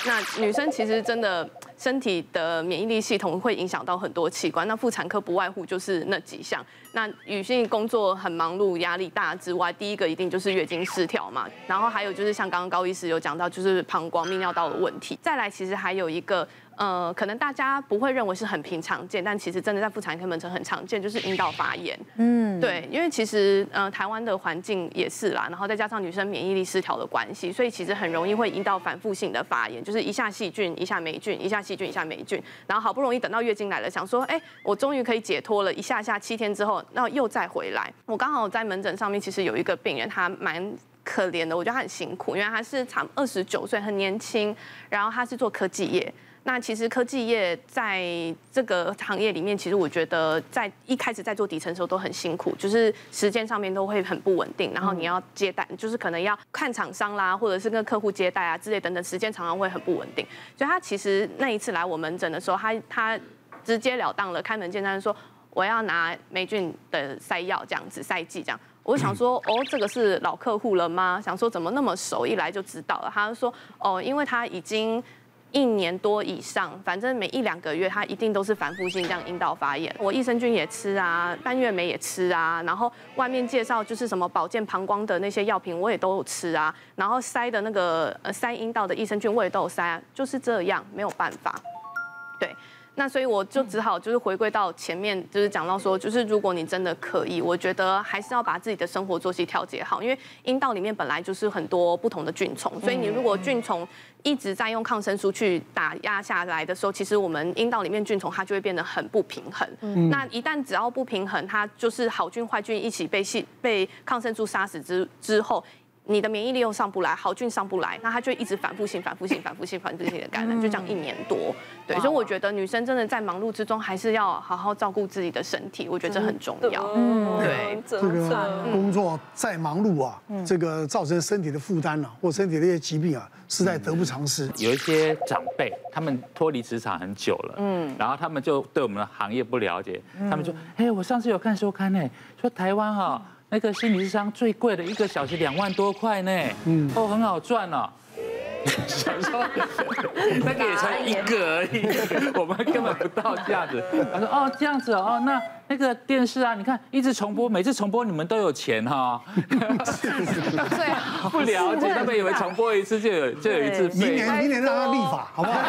那女生其实真的身体的免疫力系统会影响到很多器官，那妇产科不外乎就是那几项。那女性工作很忙碌、压力大之外，第一个一定就是月经失调嘛，然后还有就是像刚刚高医师有讲到，就是膀胱、泌尿道的问题。再来，其实还有一个。可能大家不会认为是很平常见，但其实真的在妇产科门诊很常见，就是阴道发炎。对，因为其实台湾的环境也是啦，然后再加上女生免疫力失调的关系，所以其实很容易会阴道反复性的发炎，就是一下细菌，一下霉菌，一下细菌，一下霉菌，然后好不容易等到月经来了，想说，哎，我终于可以解脱了，一下7天之后，然后又再回来。我刚好在门诊上面，其实有一个病人，他蛮可怜的，我觉得他很辛苦，因为他是才29岁，很年轻，然后他是做科技业。那其实科技业在这个行业里面，其实我觉得在一开始在做底层的时候都很辛苦，就是时间上面都会很不稳定，然后你要接待，就是可能要看厂商啦，或者是跟客户接待啊之类等等，时间常常会很不稳定。所以他其实那一次来我门诊的时候，他直截了当了开门见山说我要拿霉菌的塞药这样子塞剂这样。我就想说，哦，这个是老客户了吗？想说怎么那么熟，一来就知道了。他就说，哦，因为他已经1年多以上，反正每1-2个月，他一定都是反复性这样阴道发炎。我益生菌也吃啊，半月梅也吃啊，然后外面介绍就是什么保健膀胱的那些药品我也都有吃啊，然后塞的那个塞阴道的益生菌我也都有塞啊，就是这样，没有办法，对。那所以我就只好就是回归到前面，就是讲到说，就是如果你真的可以，我觉得还是要把自己的生活作息调节好，因为阴道里面本来就是很多不同的菌虫，所以你如果菌虫一直在用抗生素去打压下来的时候，其实我们阴道里面菌虫它就会变得很不平衡。那一旦只要不平衡，它就是好菌坏菌一起被抗生素杀死之后。你的免疫力又上不来，好菌上不来，那它就一直反复性的感染，就这样1年多。对，所以我觉得女生真的在忙碌之中，还是要好好照顾自己的身体，我觉得这很重要。对， 这个工作再忙碌啊，这个造成身体的负担啊，或身体的一些疾病啊，实在得不偿失。 有一些长辈，他们脱离职场很久了，然后他们就对我们的行业不了解，他们说，哎，我上次有看周刊呢，说台湾哈。那个心理咨商最贵的1个小时2万多块呢，哦，很好赚哦。想说那个也才1个而已，我们根本不到这样子。他说哦这样子哦，那个电视啊，你看一直重播，每次重播你们都有钱哈。最好不了解，他们以为重播一次就有一次费。 明年让他立法，好不好？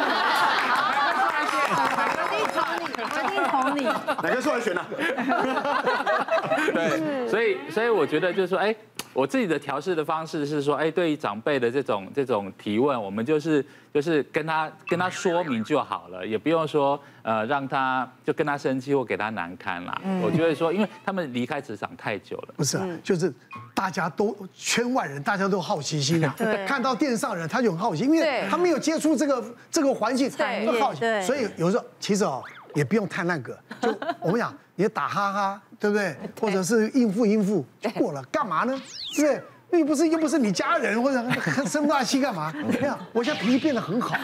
我一定同你。 哪个出来选呢？ 对，所以我觉得就是说，哎，我自己的调试的方式是说，哎，对于长辈的这种提问，我们就是跟他说明就好了，也不用说让他就跟他生气或给他难堪啦。我觉得说，因为他们离开职场太久了， 不是，就是大家都圈外人，大家都好奇心啊。看到电视上人，他就很好奇，因为他没有接触这个环境，很好奇。所以有时候其实哦。也不用太那个，就我们讲，你打哈哈，对不对？或者是应付就过了，干嘛呢？对不对？又不是你家人，或者生大气干嘛？你看，我现在脾气变得很好。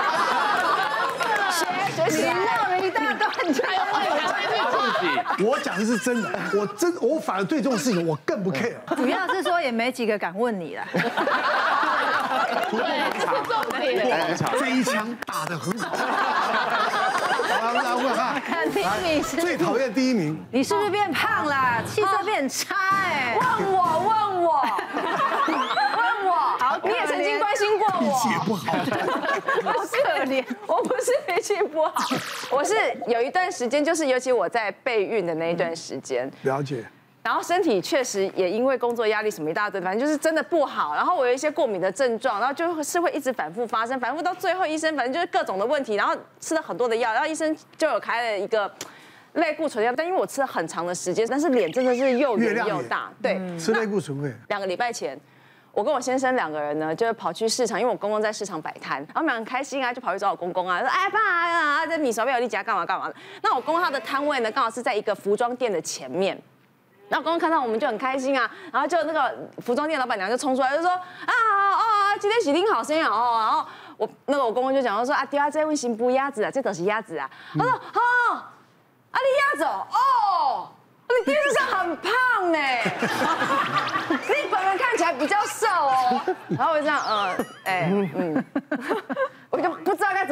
你绕了一大段， 我讲的是真的，我反而对这种事情我更不 care。 主要是说也没几个敢问你了。 这一枪打得很好。好了，问哈， 看第一名是最讨厌第1名， 你是不是变胖了？气色变很差哎。 问我，好，你也曾经关心过我。 脾气也不好， 好可怜。我不是脾气不好，我是有一段时间，就是尤其我在备孕的那一段时间， 了解。 然后身体确实也因为工作压力什么一大堆，反正就是真的不好。然后我有一些过敏的症状，然后就是会一直反复发生，反复到最后医生反正就是各种的问题，然后吃了很多的药，然后医生就有开了一个类固醇药，但因为我吃了很长的时间，但是脸真的是又圆又大，对， 吃类固醇会。 2个礼拜前。我跟我先生2个人呢，就跑去市场，因为我公公在市场摆摊，然后我们俩很开心啊，就跑去找我公公啊，说哎爸啊，这米少没有你家干嘛干嘛的。那我公公他的摊位呢，刚好是在一个服装店的前面。然后公公看到我们就很开心啊，然后就那个服装店老板娘就冲出来就说今天喜丁好生哦，然后我公公就讲说对啊，这位新妇鸭子啊，这都是鸭子啊。他说你鸭子哦。你电视上很胖呢，你本人看起来比较瘦哦。然后我就这样，我就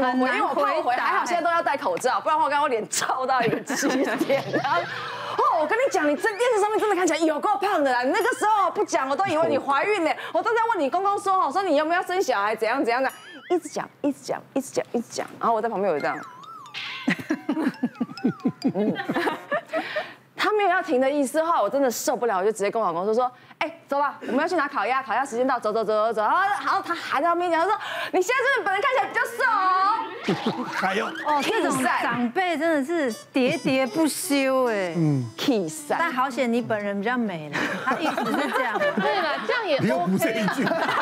么回？因为我怕我回，还好现在都要戴口罩，不然的话我刚刚我脸臭到一个极点。然后我跟你讲，你这电视上面真的看起来有够胖的啦！你那个时候不讲，我都以为你怀孕呢，我都在问你公公说说你有没有生小孩，怎样怎样的，一直讲，一直讲，一直讲，一直讲，然后我在旁边有这样。他没有要停的意思的话，我真的受不了，我就直接跟我老公说，哎，走吧，我们要去拿烤鸭，烤鸭时间到，走。然后他还在那边讲，他说你现在真的本人看起来比较瘦哦。 还有这种长辈真的是喋喋不休哎。 气散。 但好险你本人比较美啦，他意思是这样。 对了，这样也 OK。 你又补这一句，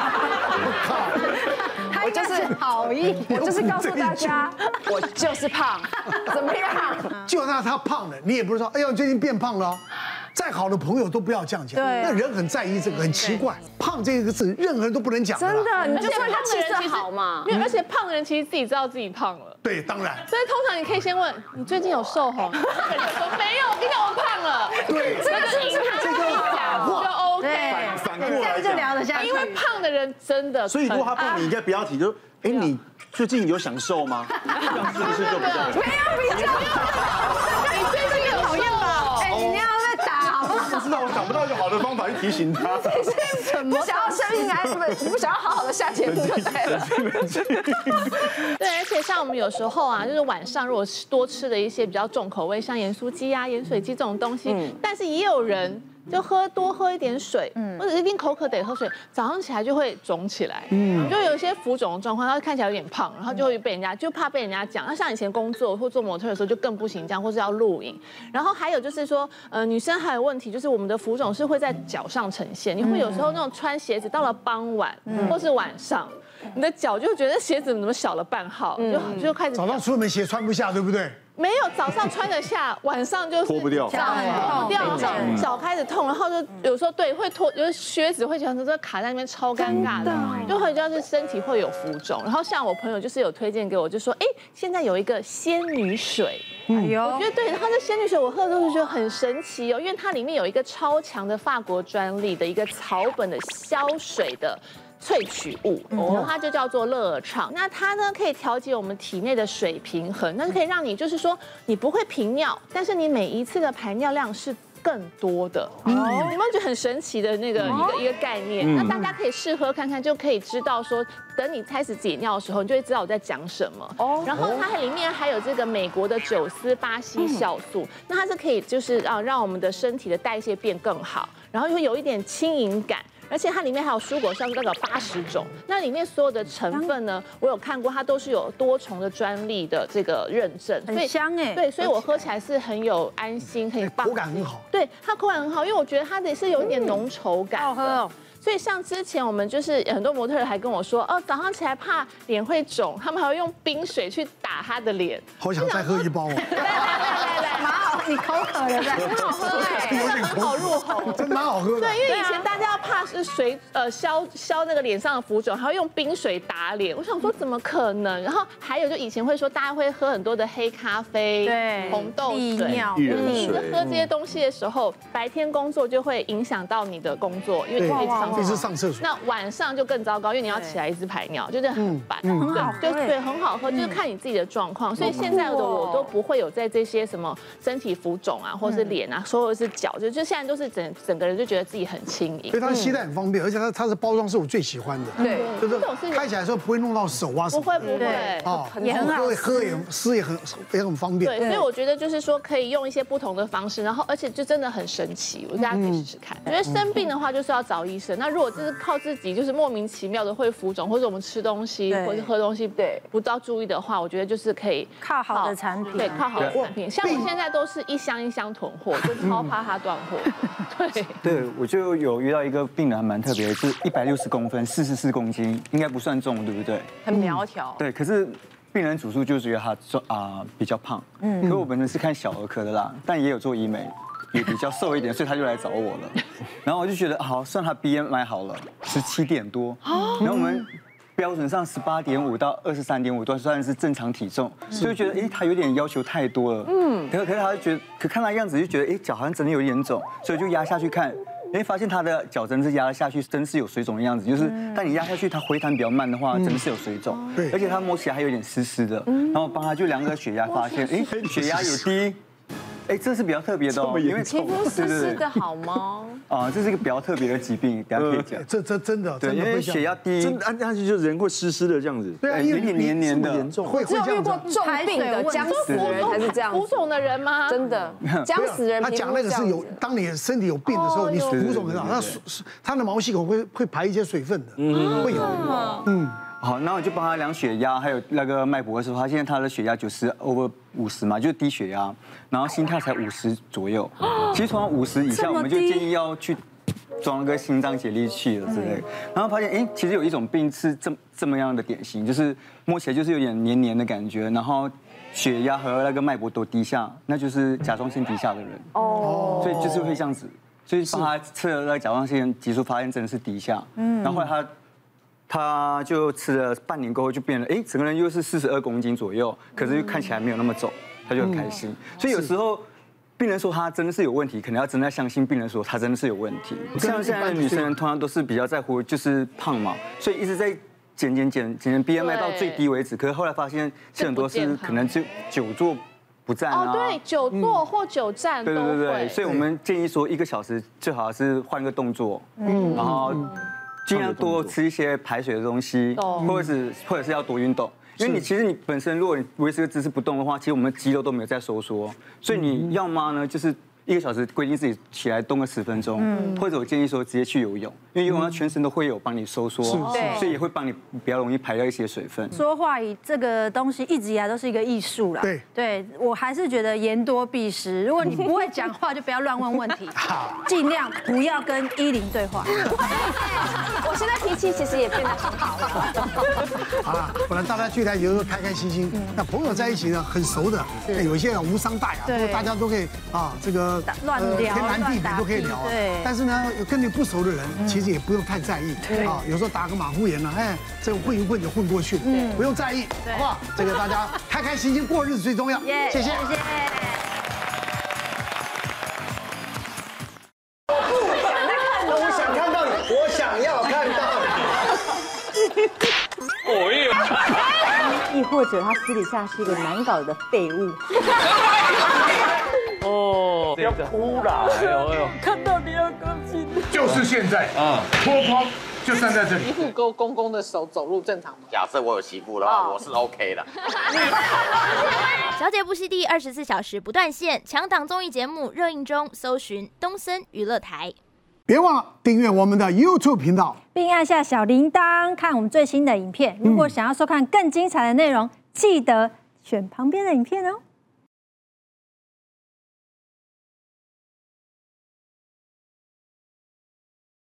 我就是好意， 我就是告诉大家，我就是胖，怎么样？ 就算他胖了，你也不是说，哎呦，你最近变胖了哦。再好的朋友都不要这样讲，那人很在意这个，很奇怪。胖这个字，任何人都不能讲。 真的，你就说他气色好嘛。 没有，而且胖的人其实自己知道自己胖了。 对，当然。 所以通常你可以先问你最近有瘦吼，那个人说没有，我跟你讲我胖了。 对， 这个赢他一讲就 OK。 反过来就聊得下去。 因为胖的人真的， 所以如果他胖，你应该不要提，就说，哎，你最近有享受吗？这样是不是就比较？ 没有比较。 你最近有讨厌吧？ 哎，你要被打好不好？ 不知道，我想不到一个好的方法去提醒他。 不想要生命还是不想要好好的下节目就对了。 对，而且像我们有时候啊，就是晚上如果多吃了一些比较重口味，像盐酥鸡啊、盐水鸡这种东西，但是也有人就多喝一点水，或者一定口渴得喝水，早上起来就会肿起来，就有一些浮肿的状况，他看起来有点胖，然后就会被人家就怕被人家讲。那像以前工作或做模特的时候就更不行这样，或是要录影。然后还有就是说，女生还有问题就是我们的浮肿是会在脚上呈现，你会有时候那种穿鞋子到了傍晚或是晚上，你的脚就觉得鞋子怎么小了半号，就开始早上出门鞋穿不下，对不对？ 没有，早上穿得下，晚上就是脱不掉， 脱不掉，然后脚开始痛，然后就有时候对会脱，就是靴子会觉得卡在那边超尴尬的，就会就是身体会有浮肿。然后像我朋友就是有推荐给我，就说哎，现在有一个仙女水，我觉得对，它的仙女水我喝的时候就觉得很神奇哦，因为它里面有一个超强的法国专利的一个草本的消水的萃取物，然后它就叫做乐尔畅。那它呢可以调节我们体内的水平衡，那就可以让你就是说你不会频尿，但是你每一次的排尿量是更多的。你有没有觉得很神奇的那个一个概念？那大家可以试喝看看，就可以知道说，等你开始解尿的时候，你就会知道我在讲什么。然后它里面还有这个美国的9丝巴西酵素，那它是可以就是让我们的身体的代谢变更好，然后又有一点轻盈感。而且它里面还有蔬果酵素，大概有80种。那里面所有的成分呢，我有看过，它都是有多重的专利的这个认证， 很香哎。 对，所以我喝起来是很有安心，可以放。 口感很好。 对，它口感很好，因为我觉得它的是有一点浓稠感。 好喝哦。 所以像之前我们就是很多模特还跟我说，早上起来怕脸会肿，他们还会用冰水去打他的脸。 好想再喝一包哦。 来，蛮好， 你口渴了， 很好喝哎，很好入喉， 真蛮好喝的。 对，因为以前大家要怕是消那个脸上的浮肿，还会用冰水打脸。我想说怎么可能？然后还有就以前会说大家会喝很多的黑咖啡、 对， 红豆水、 你喝这些东西的时候，白天工作就会影响到你的工作，因为你会上厕所。 那晚上就更糟糕，因为你要起来一直排尿，就是很烦。 很好喝， 对，很好喝，就是看你自己的状况。所以现在的我都不会有在这些什么身体浮肿啊，或是脸啊，所有是脚，就现在都是整个人就觉得自己很轻盈。 所以它携带很方便，而且它的包装是我最喜欢的。 对， 就是开起来的时候不会弄到手啊什么。 不会。 哦， 也很好喝也吃也很方便。 对，所以我觉得就是说可以用一些不同的方式，然后而且就真的很神奇，大家可以试试看。觉得生病的话就是要找医生。那如果这是靠自己，就是莫名其妙的会浮肿，或者我们吃东西或者喝东西不到注意的话，我觉得就是可以靠好的产品。 对，靠好的产品。像我现在都是一箱一箱囤货，就超怕它断货。 对，我就有遇到一个病人还蛮特别的，是160公分，44公斤，应该不算重，对不对？ 很苗条。 对，可是病人主诉就觉得他比较胖，可是我本身是看小儿科的啦，但也有做医美，也比较瘦一点，所以他就来找我了。然后我就觉得好，算他 BMI 好了，17点多，然后我们标准上18.5到23.5都算是正常体重，所以觉得他有点要求太多了。可是他就觉得，看他样子就觉得脚好像真的有点肿，所以就压下去看， 发现它的脚真是压下去，真是有水肿的样子，就是当你压下去，它回弹比较慢的话，真的是有水肿。 对， 而且它摸起来还有点湿湿的，然后帮他就量个血压，发现血压也低。这是比较特别的哦，因为皮肤湿湿的好吗？ 这是一个比较特别的疾病，等下可以讲。 这真的， 对，因为血压低， 真按下去就人会湿湿的这样子。 对啊， 有点黏黏的， 严重。 只有遇过重病的将死人才是这样， 浮肿的人吗？ 真的，将死人。 他讲那个是有，当你身体有病的时候，你浮肿很少，他的毛细孔会排一些水分的，会有。 好，然后我就帮他量血压，还有那个脉搏的时候，发现他的血压90/50嘛，就是低血压，然后心跳才50左右。其实从50以下，我们就建议要去装那个心脏解离器了之类。然后发现，其实有一种病是这么样的典型，就是摸起来就是有点黏黏的感觉，然后血压和那个脉搏都低下，那就是甲状腺低下的人。所以就是会这样子，所以帮他测了那个甲状腺激素，发现真的是低下。然后后来他就吃了半年过后就变了，整个人又是42公斤左右，可是又看起来没有那么肿，他就很开心。所以有时候病人说他真的是有问题，可能要真的相信病人说他真的是有问题。像现在的女生通常都是比较在乎就是胖嘛，所以一直在减 BMI 到最低为止。可是后来发现，其实很多是可能就久坐不站啊。 对，久坐或久站都会。 对，所以我们建议说1个小时最好是换个动作，然后尽量多吃一些排水的东西，或者是要多运动。因为其实你本身如果你维持个姿势不动的话，其实我们的肌肉都没有在收缩，所以你要么呢就是1个小时规定自己起来动个10分钟，或者我建议说直接去游泳，因为游泳它全身都会有帮你收缩，所以也会帮你比较容易排掉一些水分。 说话语这个东西一直以来都是一个艺术啦。对，我还是觉得言多必失。如果你不会讲话，就不要乱问问题，尽量不要跟10对话。 我现在脾气其实也变得很好了。 好了，本来大家聚在一起都是开开心心，那朋友在一起呢，很熟的，有一些人无伤大雅，大家都可以这个乱聊、 天南地北都可以聊。对。但是呢，跟你不熟的人，其实也不用太在意有时候打个马虎眼呢，这个混一混就混过去了，不用在意，好不好？这个大家开开心心过日子最重要。谢谢。 我想看到你，我想要看到你。亦或者他私底下是一个难搞的废物。 不要哭啦！ 看到你要高兴。 就是现在脱光就站在这里。 媳妇勾公公的手走路正常吗？ 假设我有媳妇的话，我是 OK 的。 小姐不息地24小时不断线，强档综艺节目热映中，搜寻东森娱乐台。 别忘了订阅我们的 YouTube 频道， 并按下小铃铛看我们最新的影片。如果想要收看更精彩的内容，记得选旁边的影片哦。